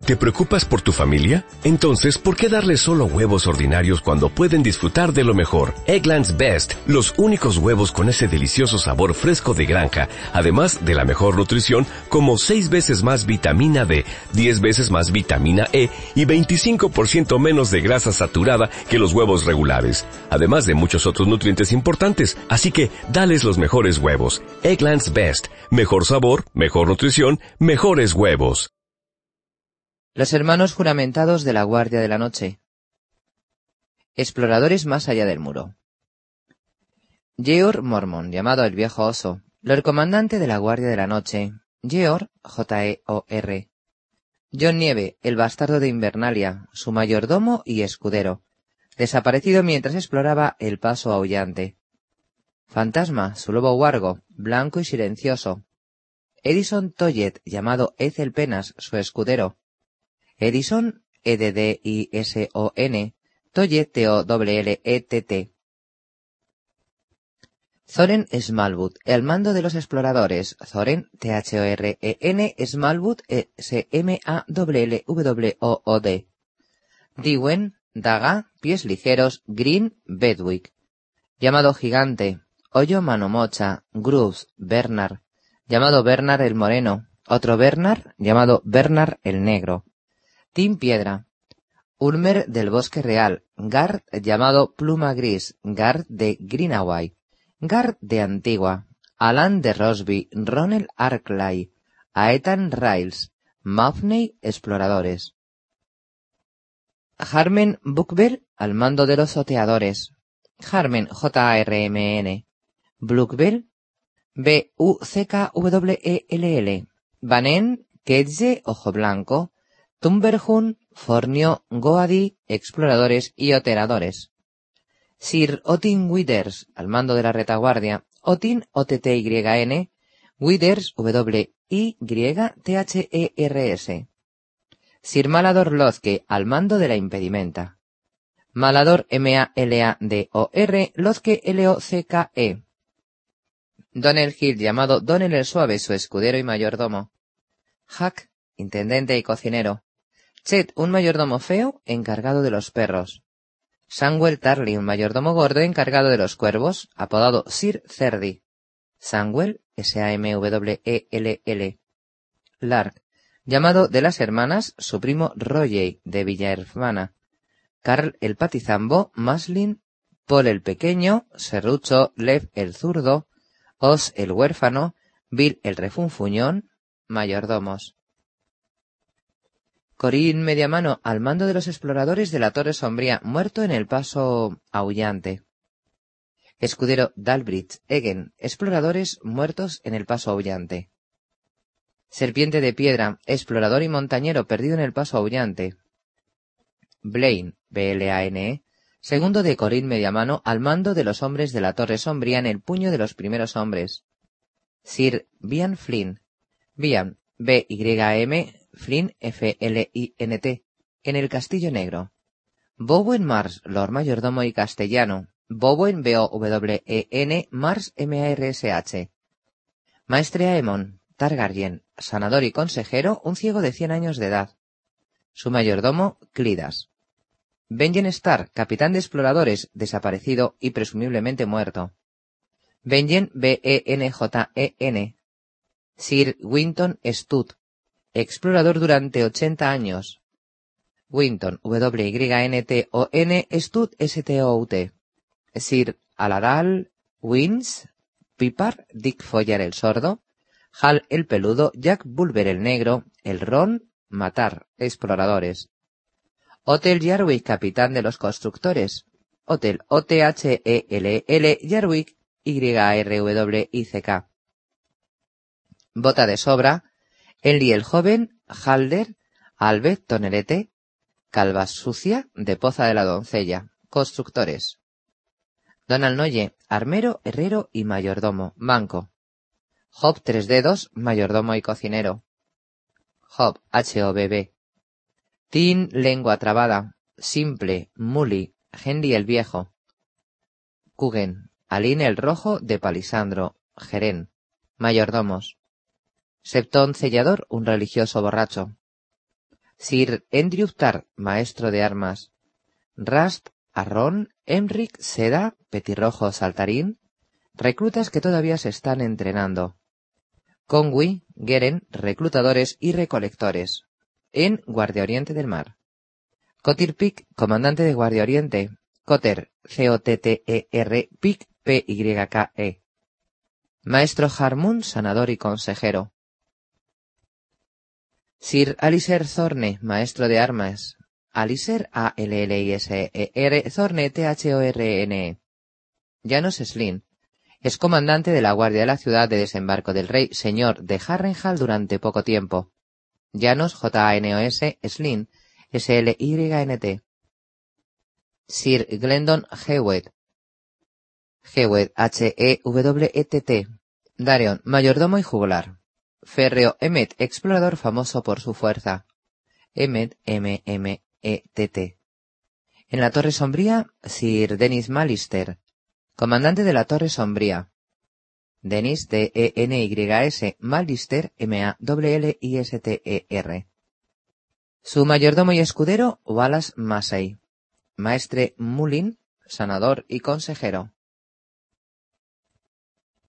¿Te preocupas por tu familia? Entonces, ¿por qué darles solo huevos ordinarios cuando pueden disfrutar de lo mejor? Eggland's Best, los únicos huevos con ese delicioso sabor fresco de granja, además de la mejor nutrición, como 6 veces más vitamina D, 10 veces más vitamina E y 25% menos de grasa saturada que los huevos regulares, además de muchos otros nutrientes importantes. Así que, dales los mejores huevos. Eggland's Best, mejor sabor, mejor nutrición, mejores huevos. Los hermanos juramentados de la Guardia de la Noche. Exploradores más allá del muro. Jeor Mormon, llamado el Viejo Oso, Lord Comandante de la Guardia de la Noche. Jeor, J-E-O-R. John Nieve, el bastardo de Invernalia, su mayordomo y escudero, desaparecido mientras exploraba el Paso Aullante. Fantasma, su lobo huargo, blanco y silencioso. Edison Toyet, llamado Ethel Penas, su escudero. Edison, E-D-D-I-S-O-N, Toyet, T-O-L-L-E-T-T. Thoren Smallwood, el mando de los exploradores. Thoren, T-H-O-R-E-N, Smallwood, S-M-A-L-L-W-O-O-D. Dewey, Daga, pies ligeros, Green, Bedwick. Llamado Gigante. Hoyo Manomocha, Grooves, Bernard. Llamado Bernard el Moreno. Otro Bernard, llamado Bernard el Negro. Tim Piedra. Ulmer del Bosque Real. Gard, llamado Pluma Gris. Gard de Greenaway. Gard de Antigua. Alan de Rosby. Ronald Arklay. Aethan Riles. Maupney, exploradores. Harmen Buckbell, al mando de los oteadores. Harmen, J-A-R-M-N. Buckbell, B-U-C-K-W-E-L-L. Banen, Kedge, Ojo Blanco. Tumberhun, Fornio, Goadi, exploradores y oteadores. Sir Otin Withers, al mando de la retaguardia. Otin, O-T-T-Y-N. Withers, W-I-Y-T-H-E-R-S. Sir Malador Lozque, al mando de la impedimenta. Malador, M-A-L-A-D-O-R, Lozque, L-O-C-K-E. Donnell Hill, llamado Donnell el Suave, su escudero y mayordomo. Hack, intendente y cocinero. Chet, un mayordomo feo, encargado de los perros. Samuel Tarly, un mayordomo gordo, encargado de los cuervos, apodado Sir Cerdi. Samuel, S-A-M-W-E-L-L. Lark, llamado de las hermanas, su primo Roger, de Villahermana. Carl el Patizambo, Maslin, Paul el Pequeño, Serrucho, Lev el Zurdo, Os el Huérfano, Bill el Refunfuñón, mayordomos. Corín Mediamano, al mando de los exploradores de la Torre Sombría, muerto en el Paso Aullante. Escudero Dalbridge Eggen, exploradores muertos en el Paso Aullante. Serpiente de Piedra, explorador y montañero perdido en el Paso Aullante. Blaine, B-L-A-N-E, segundo de Corín Mediamano, al mando de los hombres de la Torre Sombría en el puño de los primeros hombres. Sir Bian Flynn, Bian, B-Y-M, Flynn, F-L-I-N-T, en el Castillo Negro. Bowen Mars, Lord Mayordomo y Castellano. Bowen, B-O-W-E-N, Mars, M-A-R-S-H. Maestre Aemon, Targaryen, sanador y consejero, un ciego de 100 años de edad. Su mayordomo, Clidas. Benjen Starr, capitán de exploradores, desaparecido y presumiblemente muerto. Benjen, B-E-N-J-E-N. Sir Winton Stout, explorador durante 80 años. Winton, W-Y-N-T-O-N, Stout, S-T-O-U-T. Sir Aladal Wins, Pipar, Dick Foyer el Sordo, Hal el Peludo, Jack Bulber el Negro, el Ron, Matar, exploradores. Othel Yarwick, capitán de los constructores. Othel, O-T-H-E-L-L, Yarwick, Y-R-W-I-C-K. Bota de Sobra, Enli el Joven, Halder, Albert Tonerete, Calva Sucia, de Poza de la Doncella, constructores. Donald Noye, armero, herrero y mayordomo, banco. Job Tres Dedos, mayordomo y cocinero. Job, H-O-B-B. Tin Lengua Trabada, Simple, Muli, Henry el Viejo. Cuggen, Aline el Rojo, de Palisandro, Jerén, mayordomos. Septón Cellador, un religioso borracho. Sir Andrew Tart, maestro de armas. Rast, Arrón, Emric, Seda, Petirrojo, Saltarín, reclutas que todavía se están entrenando. Conwy, Geren, reclutadores y recolectores, en Guardia Oriente del Mar. Cotir-Pic, comandante de Guardia Oriente. Cotter, C-O-T-T-E-R, Pic, P-Y-K-E. Maestro Harmon, sanador y consejero. Sir Aliser Thorne, maestro de armas. Aliser, A-L-L-I-S-E-R, Thorne, T-H-O-R-N-E. Janos Slin, es comandante de la Guardia de la Ciudad de Desembarco del Rey, señor de Harrenhal durante poco tiempo. Janos, J-A-N-O-S, Slin, S-L-Y-N-T. Sir Glendon Hewett, H-E-W-E-T-T. Darion, mayordomo y juglar. Férreo Emmet, explorador famoso por su fuerza. Emmet, M-M-E-T-T. En la Torre Sombría, Sir Dennis Mallister, comandante de la Torre Sombría. Dennis, D-E-N-Y-S, Mallister, M-A-L-L-I-S-T-E-R. Su mayordomo y escudero, Wallace Massey. Maestre Mullin, sanador y consejero.